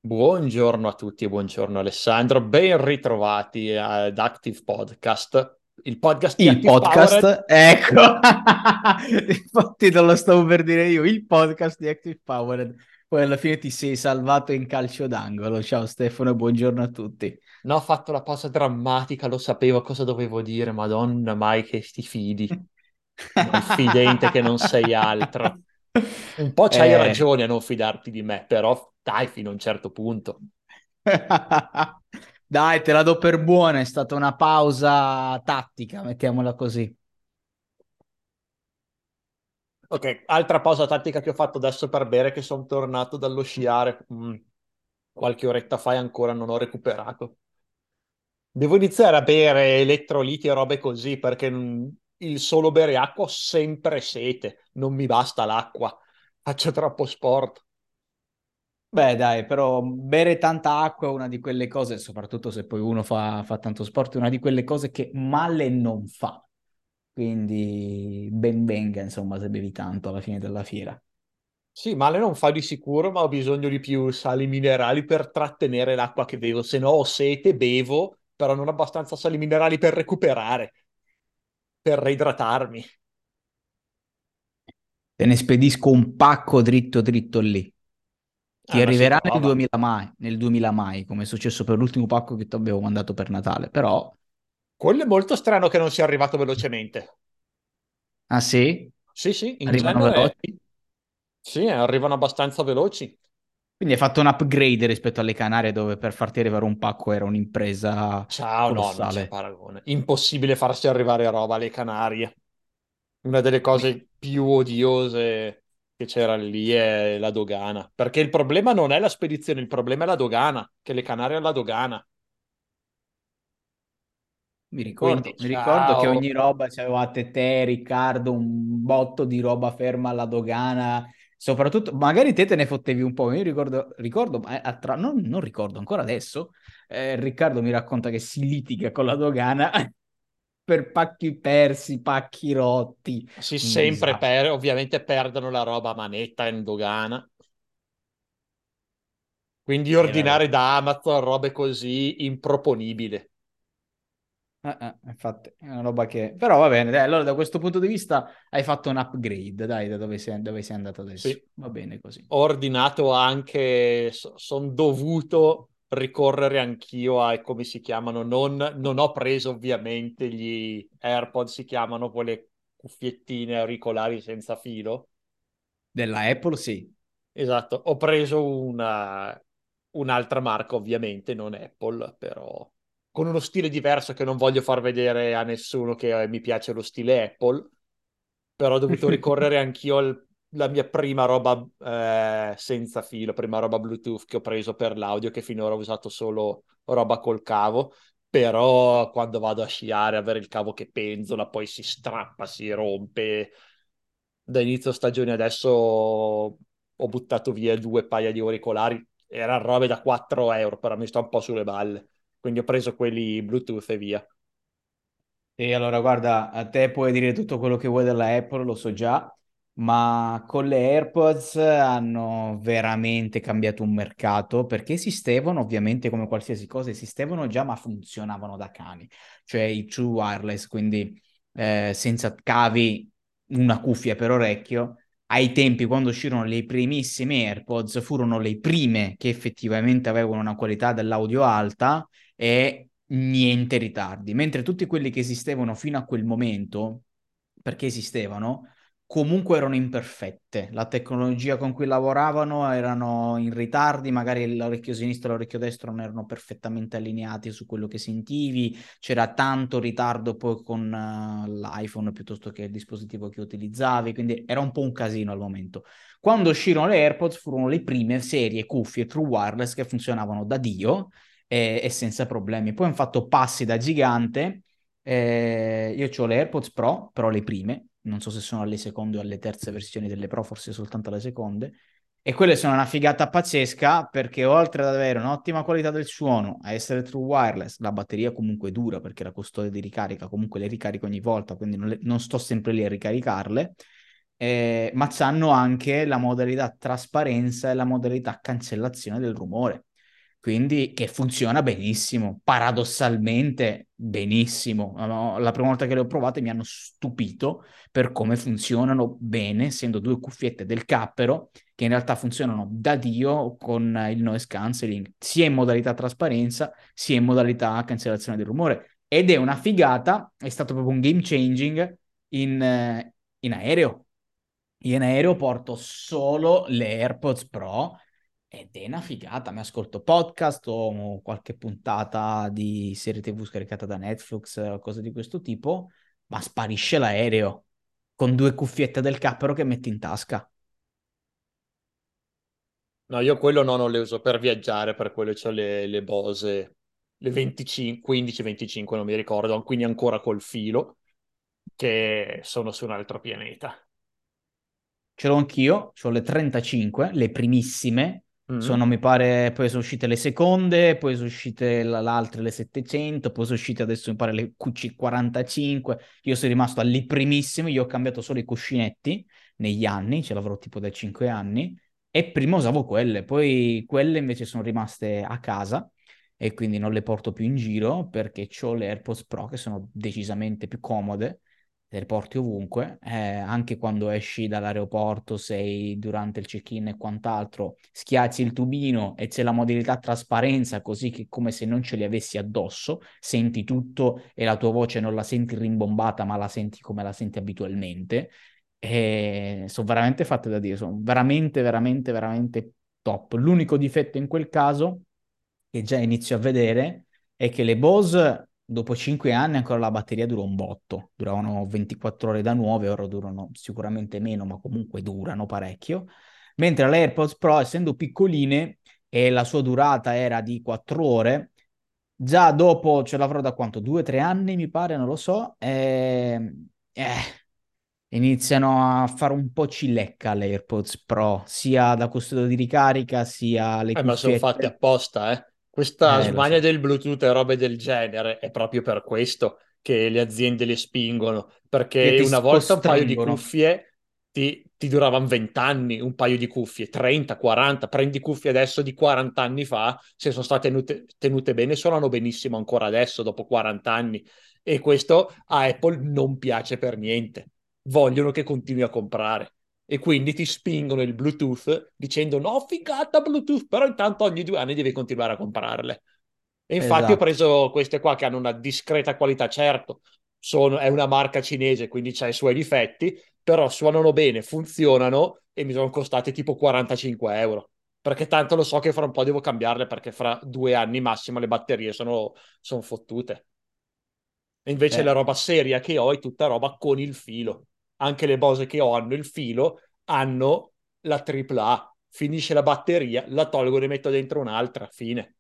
Buongiorno a tutti e buongiorno Alessandro, ben ritrovati ad Active Podcast, il podcast di Il Active Powered. podcast, ecco, infatti non lo stavo per dire io, il podcast di Active Powered. Poi alla fine ti sei salvato in calcio d'angolo. Ciao Stefano e buongiorno a tutti. No, ho fatto la pausa drammatica, lo sapevo cosa dovevo dire, Madonna mai che ti fidi, malfidente che non sei altro. Un po' c'hai Eh, ragione a non fidarti di me, però dai, fino a un certo punto. Dai, te la do per buona, è stata una pausa tattica, mettiamola così. Ok, altra pausa tattica che ho fatto adesso per bere, che sono tornato dallo sciare, qualche oretta fa e ancora non ho recuperato. Devo iniziare a bere elettroliti e robe così perché il solo bere acqua ho sempre sete, non mi basta l'acqua, faccio troppo sport. Beh, dai, però bere tanta acqua è una di quelle cose, soprattutto se poi uno fa tanto sport, è una di quelle cose che male non fa. Quindi ben venga, insomma, se bevi tanto alla fine della fiera. Sì, male non fa di sicuro, ma ho bisogno di più sali minerali per trattenere l'acqua che bevo, se no ho sete, bevo, però non ho abbastanza sali minerali per recuperare, per reidratarmi. Te ne spedisco un pacco dritto dritto lì. Ti Ma si arriverà nel prova. 2000 mai, come è successo per l'ultimo pacco che ti avevo mandato per Natale. Però, Quello è molto strano che non sia arrivato velocemente. ah sì? Sì, sì, in Arrivano genere veloci? sì, arrivano abbastanza veloci. Quindi hai fatto un upgrade rispetto alle Canarie dove per farti arrivare un pacco era un'impresa Ciao, no, non c'è colossale. paragone. Impossibile farsi arrivare roba alle Canarie. Una delle Qui- cose più odiose che c'era lì è la dogana. Perché il problema non è la spedizione, il problema è la dogana, che le Canarie hanno la dogana. Quindi, Mi ricordo che ciao. ogni roba c'avevate te, Riccardo, un botto di roba ferma alla dogana. Soprattutto, magari te ne fottevi un po'. Io ricordo, ma non ricordo ancora adesso. Riccardo mi racconta che si litiga con la dogana per pacchi persi, pacchi rotti. Si Un sempre disastro. ovviamente perdono la roba a manetta in dogana. Quindi Era ordinare da Amazon robe così improponibile. infatti, è una roba che... Però va bene, dai, allora da questo punto di vista hai fatto un upgrade, dai, da dove sei andato adesso. Sì. Va bene così. Ho ordinato anche, sono dovuto ricorrere anch'io a, come si chiamano, non ho preso ovviamente gli AirPods, si chiamano quelle cuffiettine auricolari senza filo. Della Apple, sì. Esatto, ho preso un'altra marca ovviamente, non Apple, però con uno stile diverso che non voglio far vedere a nessuno che mi piace lo stile Apple, però ho dovuto ricorrere anch'io alla mia prima roba senza filo, prima roba Bluetooth che ho preso per l'audio, che finora ho usato solo roba col cavo, però quando vado a sciare avere il cavo che penzola, poi si strappa, si rompe. Da inizio stagione adesso ho buttato via due paia di auricolari, erano robe da 4 euro, però mi sto un po' sulle balle, quindi ho preso quelli Bluetooth e via. E allora, guarda, a te puoi dire tutto quello che vuoi della Apple, lo so già, ma con le AirPods hanno veramente cambiato un mercato perché esistevano, ovviamente, come qualsiasi cosa, esistevano già, ma funzionavano da cani. Cioè i true wireless, quindi senza cavi, una cuffia per orecchio. Ai tempi, quando uscirono le primissime AirPods, furono le prime che effettivamente avevano una qualità dell'audio alta e niente ritardi, mentre tutti quelli che esistevano fino a quel momento, perché esistevano, comunque erano imperfette. La tecnologia con cui lavoravano erano in ritardi, magari l'orecchio sinistro e l'orecchio destro non erano perfettamente allineati su quello che sentivi, c'era tanto ritardo poi con l'iPhone piuttosto che il dispositivo che utilizzavi, quindi era un po' un casino al momento. Quando uscirono le AirPods furono le prime serie cuffie true wireless che funzionavano da Dio e senza problemi. Poi hanno fatto passi da gigante. Io ho le AirPods Pro, però le prime, non so se sono alle seconde o alle terze versioni delle Pro, forse soltanto alle seconde. E quelle sono una figata pazzesca perché oltre ad avere un'ottima qualità del suono, a essere true wireless, la batteria comunque dura perché la custode di ricarica comunque le ricarico ogni volta, quindi non sto sempre lì a ricaricarle, ma hanno anche la modalità trasparenza e la modalità cancellazione del rumore. quindi che funziona benissimo, paradossalmente benissimo. No, la prima volta che le ho provate mi hanno stupito per come funzionano bene, essendo due cuffiette del cappero che in realtà funzionano da Dio con il noise cancelling, sia in modalità trasparenza, sia in modalità cancellazione del rumore. Ed è una figata, è stato proprio un game changing in aereo. Io in aereo porto solo le AirPods Pro ed è una figata. Mi ascolto podcast o qualche puntata di serie TV scaricata da Netflix o cose di questo tipo, ma sparisce l'aereo con due cuffiette del cappero che metti in tasca. No, io quello no, non le uso per viaggiare, per quello c'ho le Bose, le 25, 15-25, non mi ricordo, quindi ancora col filo, che sono su un altro pianeta. Ce l'ho anch'io, ho le 35, le primissime, Mm. sono mi pare, poi sono uscite le seconde, poi sono uscite l'altre le 700, poi sono uscite adesso mi pare le QC45, io sono rimasto alle primissime, io ho cambiato solo i cuscinetti negli anni, ce l'avrò tipo da 5 anni, e prima usavo quelle, poi quelle invece sono rimaste a casa e quindi non le porto più in giro perché ho le AirPods Pro che sono decisamente più comode, te le porti ovunque, anche quando esci dall'aeroporto, sei durante il check-in e quant'altro, schiacci il tubino e c'è la modalità trasparenza, così che come se non ce li avessi addosso, senti tutto e la tua voce non la senti rimbombata, ma la senti come la senti abitualmente. E sono veramente fatte da dire, sono veramente, veramente, veramente top. L'unico difetto in quel caso, che già inizio a vedere, è che le Bose dopo 5 anni ancora la batteria dura un botto, duravano 24 ore da nuove, ora durano sicuramente meno, ma comunque durano parecchio, mentre le AirPods Pro, essendo piccoline e la sua durata era di 4 ore, già dopo ce l'avrò da quanto? 2 o 3 anni mi pare, non lo so, iniziano a fare un po' cilecca le AirPods Pro, sia da costo di ricarica sia le Ma sono fatti cuffiette. apposta, eh. Questa Lo smania so. del Bluetooth e robe del genere è proprio per questo che le aziende le spingono, Che perché ti una volta un paio di costringono. cuffie ti duravano 20 anni, un paio di cuffie, 30, 40, prendi cuffie adesso di 40 anni fa, se sono state tenute bene, suonano benissimo ancora adesso, dopo 40 anni. E questo a Apple non piace per niente. Vogliono che continui a comprare e quindi ti spingono il Bluetooth dicendo no, figata Bluetooth, però intanto ogni 2 anni devi continuare a comprarle. E infatti ho Esatto. preso queste qua che hanno una discreta qualità, certo, è una marca cinese, quindi c'ha i suoi difetti, però suonano bene, funzionano e mi sono costate tipo 45 euro. Perché tanto lo so che fra un po' devo cambiarle perché fra 2 anni massimo le batterie sono fottute. E invece la Cioè, roba seria che ho è tutta roba con il filo. Anche le Bose che ho hanno il filo, hanno la AAA. Finisce la batteria, la tolgo e ne metto dentro un'altra. Fine.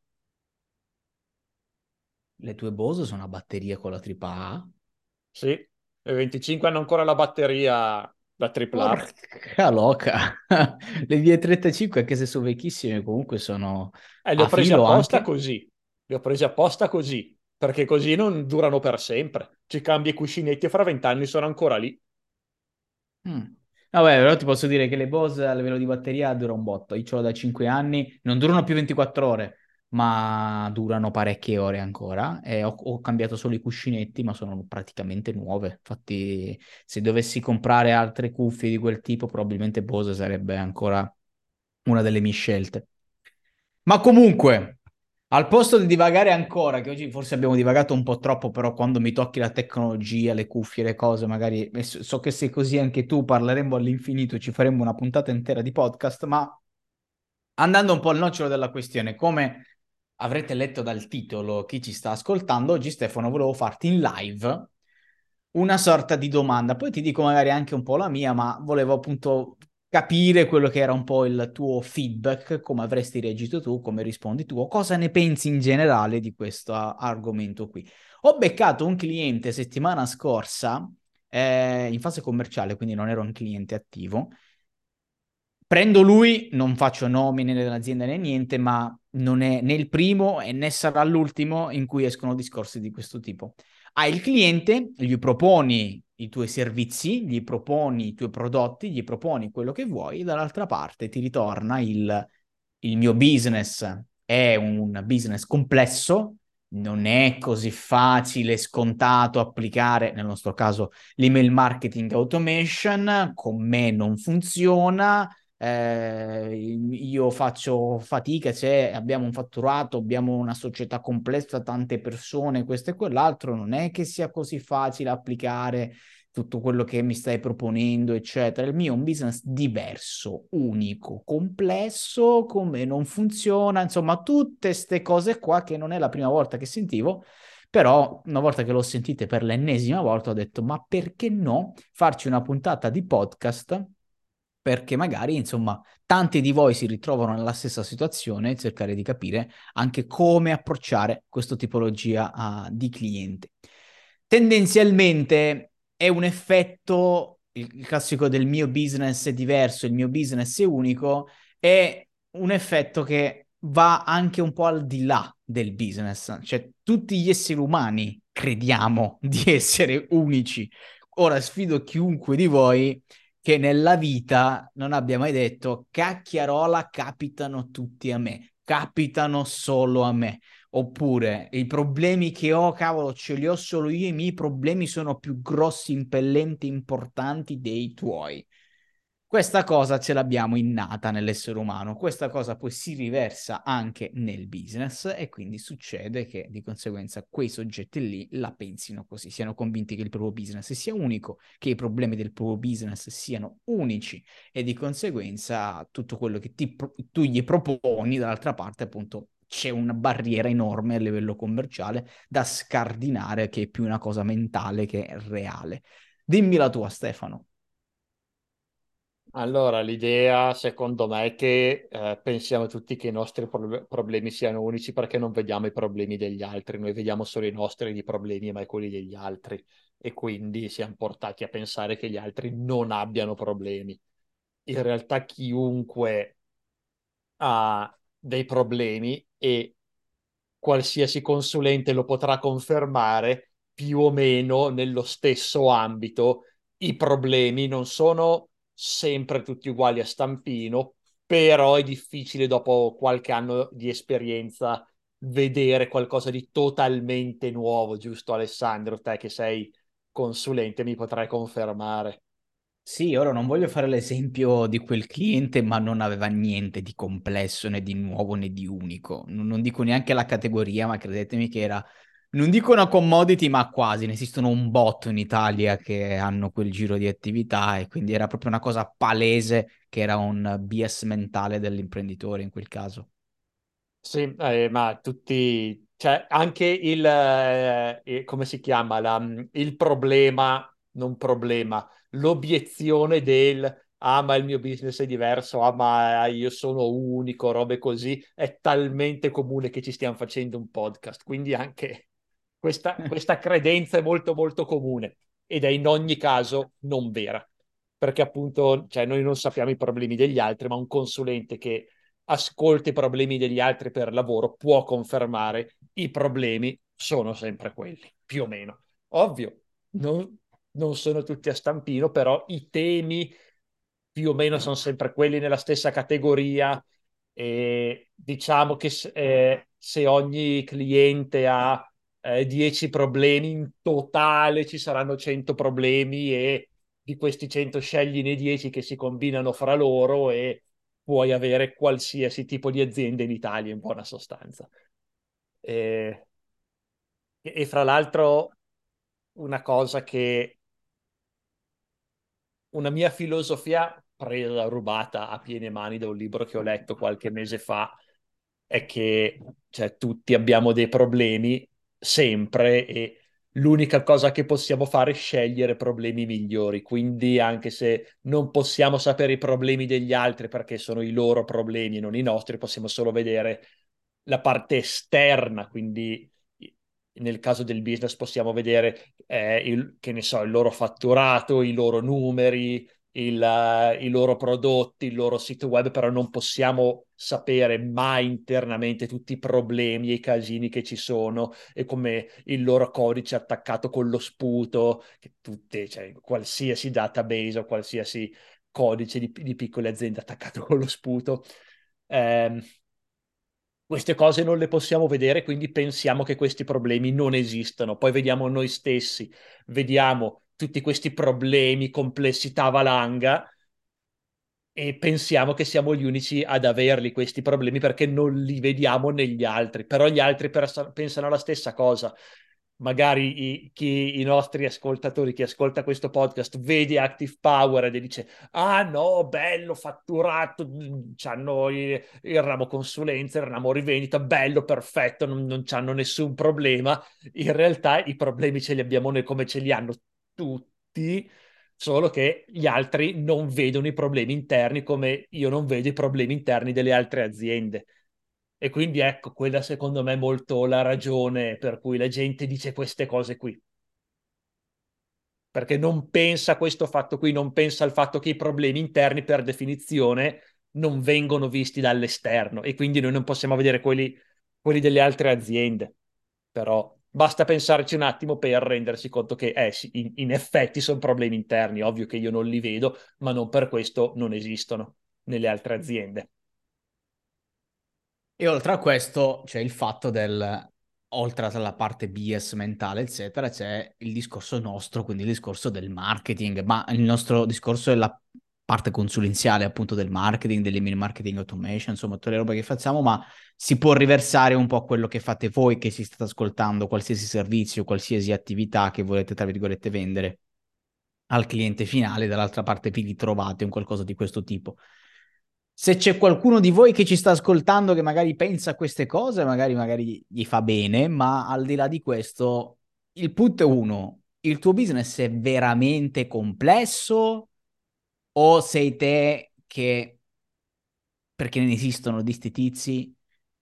le tue Bose sono a batteria con la AAA? Sì, le 25 hanno ancora la batteria da AAA. Porca loca. Le vie 35, anche se sono vecchissime, comunque sono E le ho a prese filo apposta anche. così. Le ho prese apposta così. Perché così non durano per sempre. Ci cambi i cuscinetti e fra 20 anni sono ancora lì. Mm. Vabbè, però ti posso dire che le Bose a livello di batteria dura un botto. Io ce l'ho da 5 anni, non durano più 24 ore, ma durano parecchie ore ancora. E ho cambiato solo i cuscinetti, ma sono praticamente nuove. Infatti, se dovessi comprare altre cuffie di quel tipo, probabilmente Bose sarebbe ancora una delle mie scelte. Ma comunque, al posto di divagare ancora, che oggi forse abbiamo divagato un po' troppo, però quando mi tocchi la tecnologia, le cuffie, le cose, magari e so che sei così anche tu, parleremo all'infinito, ci faremo una puntata intera di podcast, ma andando un po' al nocciolo della questione, come avrete letto dal titolo, chi ci sta ascoltando, oggi Stefano volevo farti in live una sorta di domanda. Poi ti dico magari anche un po' la mia, ma volevo appunto capire quello che era un po' il tuo feedback, come avresti reagito tu, come rispondi tu, o cosa ne pensi in generale di questo argomento qui. Ho beccato un cliente settimana scorsa, in fase commerciale, quindi non ero un cliente attivo. Prendo lui, non faccio nomine dell'azienda né niente, ma non è né il primo e né sarà l'ultimo in cui escono discorsi di questo tipo. Hai il cliente, gli proponi i tuoi servizi, gli proponi i tuoi prodotti, gli proponi quello che vuoi, e dall'altra parte ti ritorna il mio business è un business complesso, non è così facile, scontato applicare, nel nostro caso, l'email marketing automation, con me non funziona, io faccio fatica, se abbiamo un fatturato, abbiamo una società complessa, tante persone, questo e quell'altro, non è che sia così facile applicare tutto quello che mi stai proponendo, eccetera. Il mio è un business diverso, unico, complesso, come non funziona, insomma, tutte queste cose qua che non è la prima volta che sentivo, però una volta che l'ho sentite per l'ennesima volta ho detto, ma perché no farci una puntata di podcast? Perché magari, insomma, tanti di voi si ritrovano nella stessa situazione e cercare di capire anche come approcciare questa tipologia di cliente. Tendenzialmente è un effetto, il classico del mio business è diverso, il mio business è unico, è un effetto che va anche un po' al di là del business, cioè tutti gli esseri umani crediamo di essere unici. Ora sfido chiunque di voi che nella vita non abbia mai detto cacchiarola capitano tutti a me, capitano solo a me. Oppure i problemi che ho, cavolo, ce li ho solo io, i miei problemi sono più grossi, impellenti, importanti dei tuoi. Questa cosa ce l'abbiamo innata nell'essere umano, questa cosa poi si riversa anche nel business e quindi succede che di conseguenza quei soggetti lì la pensino così, siano convinti che il proprio business sia unico, che i problemi del proprio business siano unici e di conseguenza tutto quello che tu gli proponi dall'altra parte appunto c'è una barriera enorme a livello commerciale da scardinare che è più una cosa mentale che reale. Dimmi la tua, Stefano. Allora, l'idea secondo me è che pensiamo tutti che i nostri problemi siano unici perché non vediamo i problemi degli altri, noi vediamo solo i nostri di problemi, ma quelli degli altri, e quindi siamo portati a pensare che gli altri non abbiano problemi. In realtà chiunque ha dei problemi e qualsiasi consulente lo potrà confermare, più o meno nello stesso ambito, i problemi non sono sempre tutti uguali a stampino, però è difficile dopo qualche anno di esperienza vedere qualcosa di totalmente nuovo, giusto Alessandro? Te che sei consulente mi potrai confermare. Sì, ora non voglio fare l'esempio di quel cliente, ma non aveva niente di complesso, né di nuovo, né di unico. Non dico neanche la categoria, ma credetemi che era, non dico una commodity, ma quasi. Ne esistono un botto in Italia che hanno quel giro di attività e quindi era proprio una cosa palese che era un bias mentale dell'imprenditore in quel caso. Sì, ma tutti, cioè anche come si chiama, il problema, non problema, l'obiezione del, ah ma il mio business è diverso, ah ma io sono unico, robe così, è talmente comune che ci stiamo facendo un podcast, quindi anche questa credenza è molto molto comune ed è in ogni caso non vera, perché appunto, cioè, noi non sappiamo i problemi degli altri, ma un consulente che ascolta i problemi degli altri per lavoro può confermare i problemi sono sempre quelli, più o meno. Ovvio, non sono tutti a stampino, però i temi più o meno sono sempre quelli nella stessa categoria e diciamo che se ogni cliente ha 10 problemi, in totale ci saranno 100 problemi e di questi 100 scegliene 10 che si combinano fra loro e puoi avere qualsiasi tipo di azienda in Italia in buona sostanza. E, e fra l'altro una cosa che una mia filosofia presa, rubata a piene mani da un libro che ho letto qualche mese fa è che cioè, tutti abbiamo dei problemi sempre e l'unica cosa che possiamo fare è scegliere problemi migliori. Quindi anche se non possiamo sapere i problemi degli altri perché sono i loro problemi e non i nostri, possiamo solo vedere la parte esterna, quindi nel caso del business possiamo vedere che ne so, il loro fatturato, i loro numeri, i loro prodotti, il loro sito web, però non possiamo sapere mai internamente tutti i problemi e i casini che ci sono e come il loro codice attaccato con lo sputo, che tutte, cioè, qualsiasi database o qualsiasi codice di piccole aziende attaccato con lo sputo. ehm, queste cose non le possiamo vedere, quindi pensiamo che questi problemi non esistano. Poi vediamo noi stessi, vediamo tutti questi problemi, complessità valanga e pensiamo che siamo gli unici ad averli questi problemi perché non li vediamo negli altri, però gli altri pensano la stessa cosa. Magari i nostri ascoltatori, chi ascolta questo podcast, vede Active Power e dice: Ah no, bello, fatturato, c'hanno il ramo consulenza, il ramo rivendita, bello, perfetto, non c'hanno nessun problema. In realtà i problemi ce li abbiamo noi come ce li hanno tutti, solo che gli altri non vedono i problemi interni come io non vedo i problemi interni delle altre aziende. E quindi ecco, quella secondo me è molto la ragione per cui la gente dice queste cose qui. Perché non pensa a questo fatto qui, non pensa al fatto che i problemi interni per definizione non vengono visti dall'esterno e quindi noi non possiamo vedere quelli delle altre aziende. Però basta pensarci un attimo per rendersi conto che sì, in effetti sono problemi interni, ovvio che io non li vedo, ma non per questo non esistono nelle altre aziende. E oltre a questo c'è il fatto oltre alla parte bias mentale, eccetera, c'è il discorso nostro, quindi il discorso del marketing, ma il nostro discorso è la parte consulenziale appunto del marketing, dell'email marketing automation, insomma, tutte le robe che facciamo, ma si può riversare un po' a quello che fate voi che si state ascoltando, qualsiasi servizio, qualsiasi attività che volete, tra virgolette, vendere al cliente finale, dall'altra parte vi ritrovate un qualcosa di questo tipo. Se c'è qualcuno di voi che ci sta ascoltando che magari pensa a queste cose, magari gli fa bene, ma al di là di questo, il punto è uno, il tuo business è veramente complesso o sei te che, perché ne esistono di sti tizi,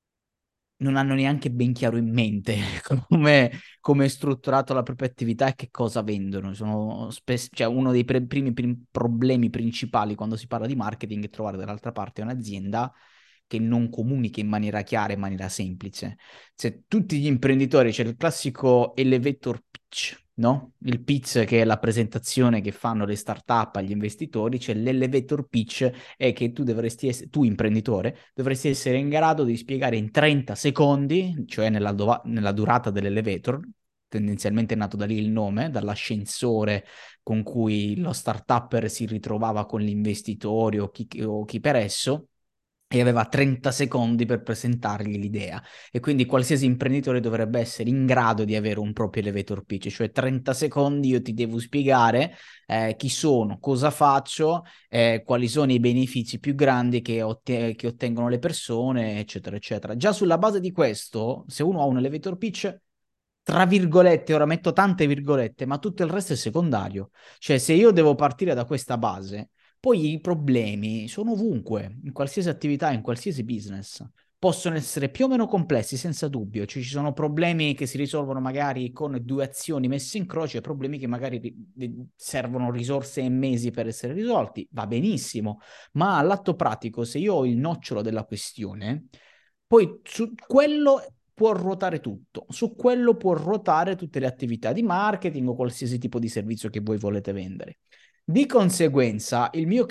non hanno neanche ben chiaro in mente come è strutturato la propria attività e che cosa vendono. Sono cioè uno dei primi problemi principali quando si parla di marketing è trovare dall'altra parte un'azienda che non comunica in maniera chiara, in maniera semplice. Se tutti gli imprenditori, c'è il classico elevator pitch, no? Il pitch che è la presentazione che fanno le start-up agli investitori, c'è l'elevator pitch è che tu dovresti essere, tu imprenditore, dovresti essere in grado di spiegare in 30 secondi, cioè nella durata dell'elevator, tendenzialmente è nato da lì il nome, dall'ascensore con cui lo start-upper si ritrovava con gli investitori o chi per esso, e aveva 30 secondi per presentargli l'idea. E quindi qualsiasi imprenditore dovrebbe essere in grado di avere un proprio elevator pitch, cioè 30 secondi io ti devo spiegare chi sono, cosa faccio, quali sono i benefici più grandi che ottengono le persone, eccetera, eccetera. Già sulla base di questo, se uno ha un elevator pitch, tra virgolette, ora metto tante virgolette, ma tutto il resto è secondario. Cioè, se io devo partire da questa base, poi i problemi sono ovunque, in qualsiasi attività, in qualsiasi business. Possono essere più o meno complessi, senza dubbio. Cioè, ci sono problemi che si risolvono magari con due azioni messe in croce, problemi che magari servono risorse e mesi per essere risolti. Va benissimo, ma all'atto pratico, se io ho il nocciolo della questione, poi su quello può ruotare tutto, su quello può ruotare tutte le attività di marketing o qualsiasi tipo di servizio che voi volete vendere. Di conseguenza,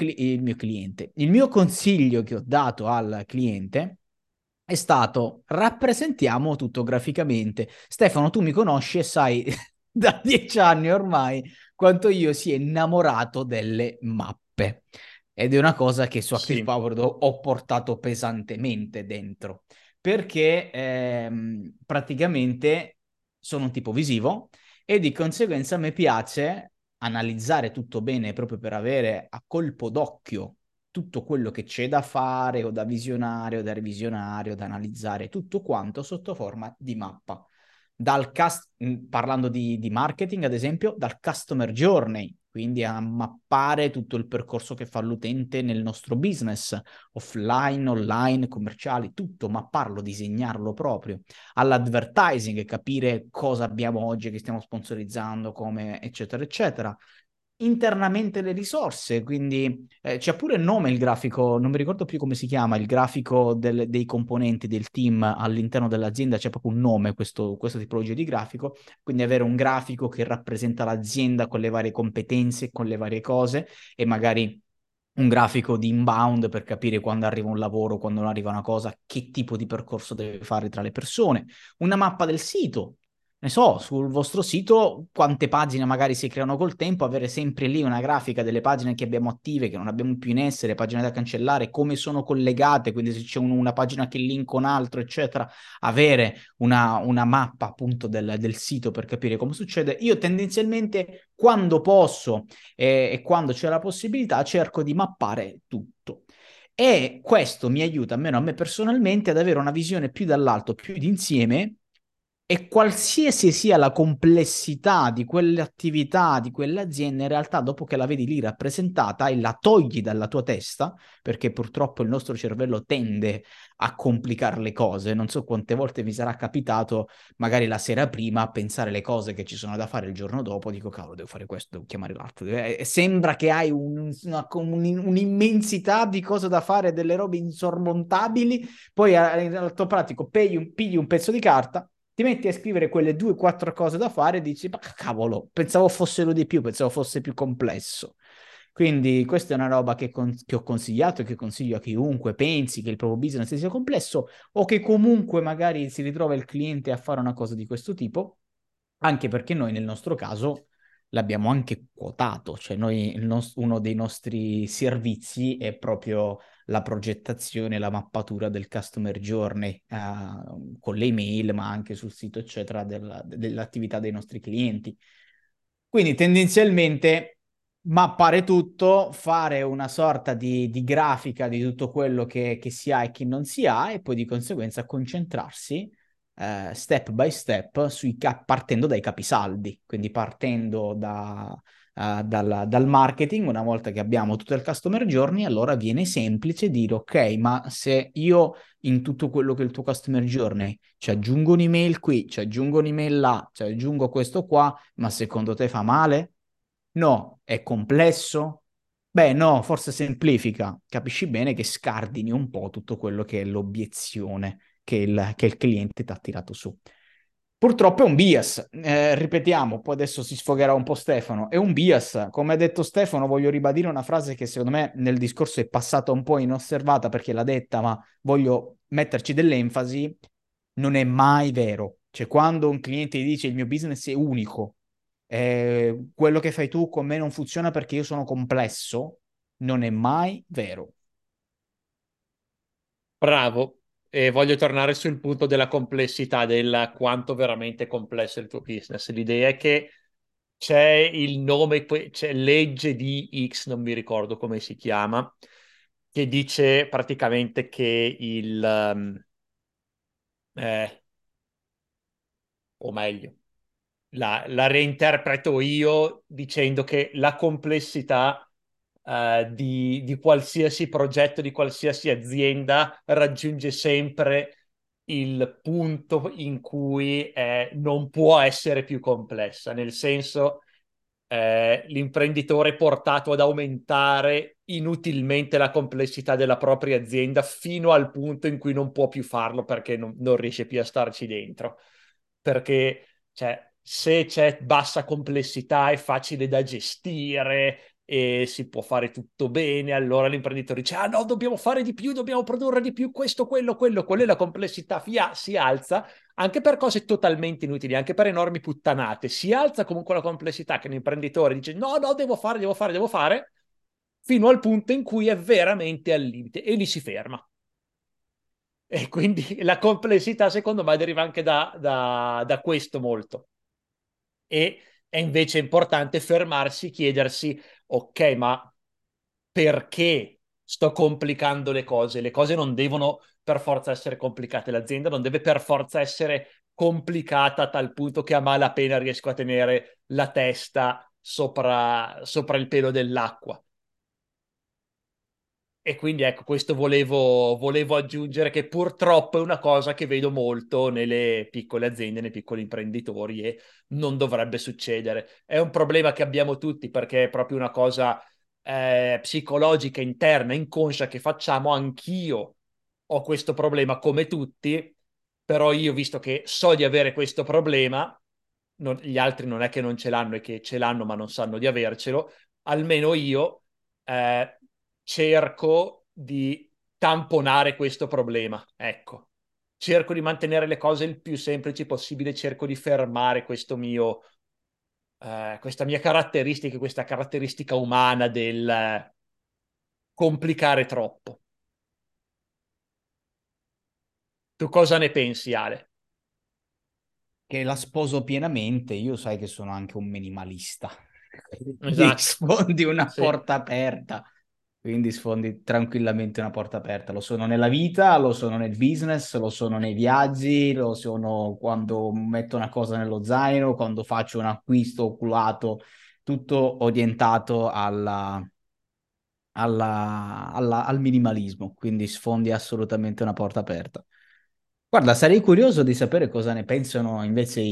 il mio consiglio che ho dato al cliente è stato: rappresentiamo tutto graficamente. Stefano, tu mi conosci e sai da 10 anni ormai quanto io sia innamorato delle mappe. Ed è una cosa che su Active Sì, Power ho portato pesantemente dentro, perché praticamente sono un tipo visivo e di conseguenza mi piace analizzare tutto bene proprio per avere a colpo d'occhio tutto quello che c'è da fare o da visionare o da revisionare o da analizzare, tutto quanto sotto forma di mappa. Parlando di marketing, ad esempio, dal customer journey, quindi a mappare tutto il percorso che fa l'utente nel nostro business, offline, online, commerciali, tutto, mapparlo, disegnarlo proprio, all'advertising, capire cosa abbiamo oggi che stiamo sponsorizzando, come, eccetera, eccetera. Internamente le risorse, quindi c'è pure il nome il grafico, non mi ricordo più come si chiama, il grafico dei componenti del team all'interno dell'azienda, c'è proprio un nome questa tipologia di grafico, quindi avere un grafico che rappresenta l'azienda con le varie competenze, con le varie cose e magari un grafico di inbound per capire quando arriva un lavoro, quando non arriva una cosa, che tipo di percorso deve fare tra le persone, una mappa del sito. Ne so, sul vostro sito quante pagine magari si creano col tempo, avere sempre lì una grafica delle pagine che abbiamo attive, che non abbiamo più in essere, pagine da cancellare, come sono collegate, quindi se c'è una pagina che linka un altro, eccetera, avere una mappa appunto del sito per capire come succede. Io tendenzialmente quando posso e quando c'è la possibilità cerco di mappare tutto. E questo mi aiuta, almeno a me personalmente, ad avere una visione più dall'alto, più d'insieme e qualsiasi sia la complessità di quell'attività, di quell'azienda, in realtà dopo che la vedi lì rappresentata e la togli dalla tua testa, perché purtroppo il nostro cervello tende a complicare le cose, non so quante volte mi sarà capitato magari la sera prima a pensare le cose che ci sono da fare il giorno dopo, dico cavolo devo fare questo, devo chiamare l'altro, e sembra che hai un'immensità di cose da fare, delle robe insormontabili, poi in realtà pratico pigli un pezzo di carta, ti metti a scrivere quelle 2 o 4 cose da fare e dici, ma cavolo, pensavo fossero di più, pensavo fosse più complesso. Quindi questa è una roba che ho consigliato e che consiglio a chiunque pensi che il proprio business sia complesso o che comunque magari si ritrova il cliente a fare una cosa di questo tipo, anche perché noi nel nostro caso l'abbiamo anche quotato, cioè noi uno dei nostri servizi è proprio la progettazione, la mappatura del customer journey con le email, ma anche sul sito, eccetera, dell'attività dei nostri clienti. Quindi tendenzialmente mappare tutto, fare una sorta di grafica di tutto quello che si ha e che non si ha, e poi di conseguenza concentrarsi step by step partendo dai capisaldi, quindi partendo dal marketing. Una volta che abbiamo tutto il customer journey, allora viene semplice dire ok, ma se io in tutto quello che è il tuo customer journey ci aggiungo un'email qui, ci aggiungo un'email là, ci aggiungo questo qua, ma secondo te fa male? No. È complesso? Beh, no, forse semplifica. Capisci bene che scardini un po' tutto quello che è l'obiezione che il cliente ti ha tirato su. Purtroppo è un bias, ripetiamo, poi adesso si sfogherà un po' Stefano, è un bias. Come ha detto Stefano, voglio ribadire una frase che secondo me nel discorso è passata un po' inosservata perché l'ha detta, ma voglio metterci dell'enfasi: non è mai vero. Cioè, quando un cliente ti dice il mio business è unico, quello che fai tu con me non funziona perché io sono complesso, non è mai vero. Bravo. E voglio tornare sul punto della complessità, del quanto veramente è complesso il tuo business. L'idea è che c'è il nome, c'è legge di X, non mi ricordo come si chiama, che dice praticamente che eh, o meglio, la reinterpreto io dicendo che la complessità di qualsiasi progetto, di qualsiasi azienda raggiunge sempre il punto in cui non può essere più complessa, nel senso l'imprenditore è portato ad aumentare inutilmente la complessità della propria azienda fino al punto in cui non può più farlo perché non riesce più a starci dentro. Perché cioè, se c'è bassa complessità è facile da gestire e si può fare tutto bene, allora l'imprenditore dice: ah no, dobbiamo fare di più, dobbiamo produrre di più, questo, quello, e la complessità si alza anche per cose totalmente inutili, anche per enormi puttanate. Si alza comunque la complessità che l'imprenditore dice: no, no, devo fare, fino al punto in cui è veramente al limite e lì si ferma. E quindi la complessità, secondo me, deriva anche da questo molto. E è invece importante fermarsi, chiedersi: ok, ma perché sto complicando le cose? Le cose non devono per forza essere complicate, l'azienda non deve per forza essere complicata a tal punto che a malapena riesco a tenere la testa sopra il pelo dell'acqua. E quindi ecco, questo volevo aggiungere, che purtroppo è una cosa che vedo molto nelle piccole aziende, nei piccoli imprenditori, e non dovrebbe succedere. È un problema che abbiamo tutti perché è proprio una cosa psicologica, interna, inconscia che facciamo. Anch'io ho questo problema come tutti, però io, visto che so di avere questo problema, gli altri non è che non ce l'hanno, è che ce l'hanno ma non sanno di avercelo, almeno io eh, cerco di tamponare questo problema. Ecco, cerco di mantenere le cose il più semplici possibile, cerco di fermare questa mia caratteristica, questa caratteristica umana del complicare troppo. Tu cosa ne pensi, Ale? Che la sposo pienamente, io sai che sono anche un minimalista, quindi Esatto, sfondi una sì. porta aperta, quindi sfondi tranquillamente una porta aperta, lo sono nella vita, lo sono nel business, lo sono nei viaggi, lo sono quando metto una cosa nello zaino, quando faccio un acquisto oculato, tutto orientato al minimalismo, quindi sfondi assolutamente una porta aperta. Guarda, sarei curioso di sapere cosa ne pensano invece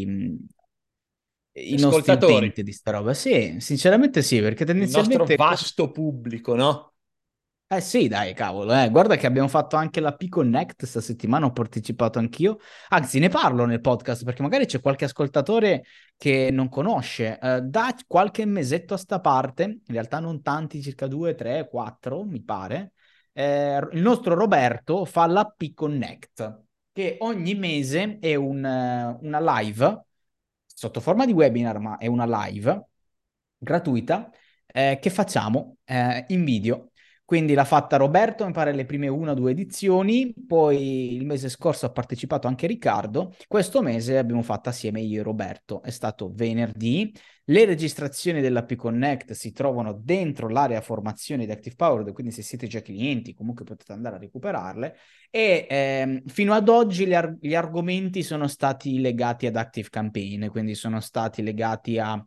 i nostri Ascoltatori, utenti di sta roba. Sì, sinceramente sì, perché il nostro tendenzialmente... vasto pubblico, no? Eh sì, dai, cavolo, eh. Guarda che abbiamo fatto anche la P-Connect sta settimana, ho partecipato anch'io. Anzi, ne parlo nel podcast perché magari c'è qualche ascoltatore che non conosce. Da qualche mesetto a sta parte, in realtà non tanti, circa 2, 3, 4, mi pare, il nostro Roberto fa la P-Connect, che ogni mese è una live, sotto forma di webinar, ma è una live gratuita che facciamo in video. Quindi l'ha fatta Roberto, mi pare le prime 1 o 2 edizioni, poi il mese scorso ha partecipato anche Riccardo, questo mese l'abbiamo fatta assieme io e Roberto, è stato venerdì, le registrazioni della P-Connect si trovano dentro l'area formazione di Active Powered, quindi se siete già clienti comunque potete andare a recuperarle e fino ad oggi gli argomenti sono stati legati ad Active Campaign, quindi sono stati legati a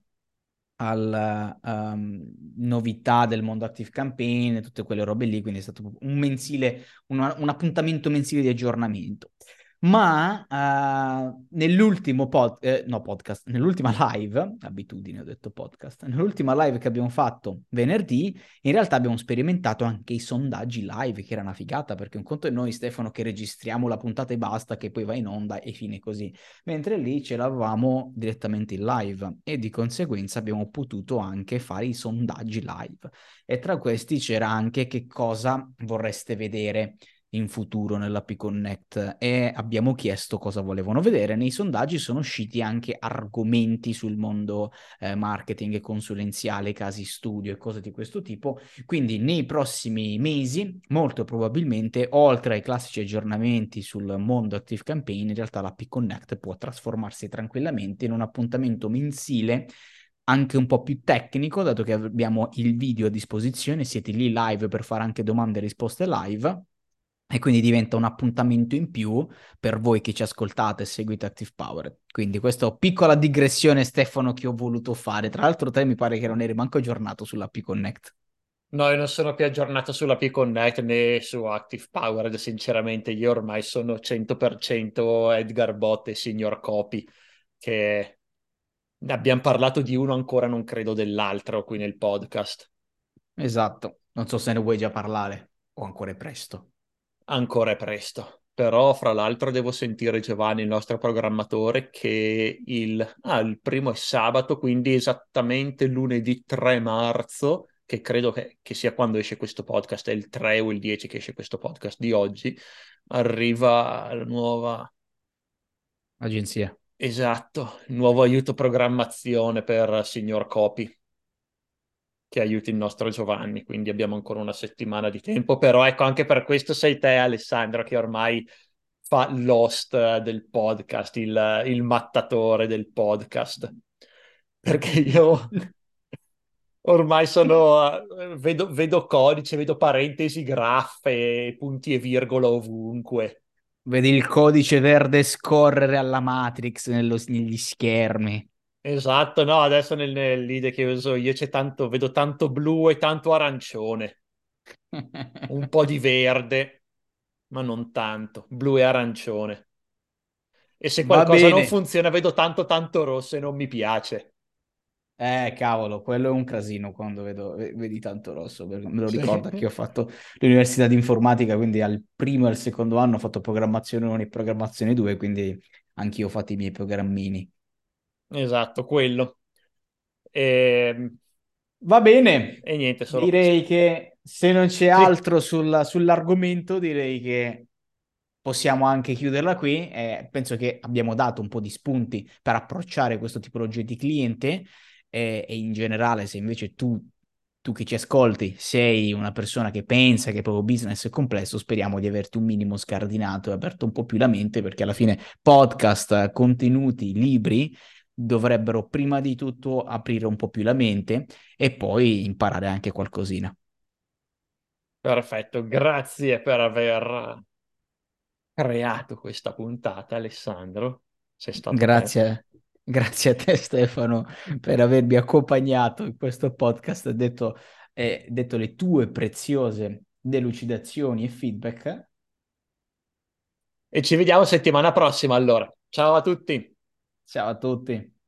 al novità del mondo Active Campaign e tutte quelle robe lì, quindi è stato un mensile, un appuntamento mensile di aggiornamento. Ma nell'ultimo no, podcast, nell'ultima live, abitudine ho detto podcast, nell'ultima live che abbiamo fatto venerdì, in realtà abbiamo sperimentato anche i sondaggi live, che era una figata, perché un conto è noi, Stefano, che registriamo la puntata e basta, che poi va in onda e fine così mentre lì ce l'avevamo direttamente in live e di conseguenza abbiamo potuto anche fare i sondaggi live e tra questi c'era anche che cosa vorreste vedere in futuro nell'API Connect e abbiamo chiesto cosa volevano vedere. Nei sondaggi sono usciti anche argomenti sul mondo marketing e consulenziale, casi studio e cose di questo tipo. Quindi nei prossimi mesi, molto probabilmente, oltre ai classici aggiornamenti sul mondo Active Campaign, in realtà l'API Connect può trasformarsi tranquillamente in un appuntamento mensile anche un po' più tecnico, dato che abbiamo il video a disposizione, siete lì live per fare anche domande e risposte live, e quindi diventa un appuntamento in più per voi che ci ascoltate e seguite Active Power. Quindi questa piccola digressione, Stefano, che ho voluto fare. Tra l'altro te mi pare che non eri manco aggiornato sull'API Connect. No, io non sono più aggiornato sulla P-Connect né su Active Powered, sinceramente io ormai sono 100% Edgar Bot e Signor Copy, che ne abbiamo parlato di uno, ancora non credo dell'altro qui nel podcast. Esatto, non so se ne vuoi già parlare o ancora è presto. Ancora è presto. Però, fra l'altro, devo sentire Giovanni, il nostro programmatore, che il primo è sabato, quindi esattamente lunedì 3 marzo, che credo che sia quando esce questo podcast, è il 3 o il 10 che esce questo podcast di oggi, arriva la nuova, Agenzia. esatto, il nuovo aiuto programmazione per Signor Copy, che aiuti il nostro Giovanni, quindi abbiamo ancora una settimana di tempo, però ecco, anche per questo sei te, Alessandro, che ormai fa l'host del podcast, il mattatore del podcast, perché io ormai vedo codice, vedo parentesi, graffe, punti e virgola ovunque. Vedi il codice verde scorrere alla Matrix negli schermi. Esatto, no, adesso nell'IDE che uso io vedo tanto blu e tanto arancione, un po' di verde, ma non tanto, blu e arancione. E se Va qualcosa non bene. funziona, vedo tanto rosso e non mi piace. Cavolo, quello è un casino quando vedi tanto rosso, perché me lo Sì, ricordo che ho fatto l'università di informatica, quindi al primo e al secondo anno ho fatto programmazione 1 e programmazione 2, quindi anch'io ho fatto i miei programmini. esatto, quello. E, Va bene, e niente, direi che se non c'è Sì, altro sull'argomento, direi che possiamo anche chiuderla qui. Penso che abbiamo dato un po' di spunti per approcciare questo tipologia di cliente e in generale, se invece tu che ci ascolti sei una persona che pensa che il proprio business è complesso, speriamo di averti un minimo scardinato e aperto un po' più la mente, perché alla fine podcast, contenuti, libri dovrebbero prima di tutto aprire un po' più la mente e poi imparare anche qualcosina. perfetto. Grazie per aver creato questa puntata, Alessandro. Sei stato te. Grazie, grazie a te Stefano per avermi accompagnato in questo podcast e detto le tue preziose delucidazioni e feedback. E ci vediamo settimana prossima allora. Ciao a tutti. Ciao a tutti.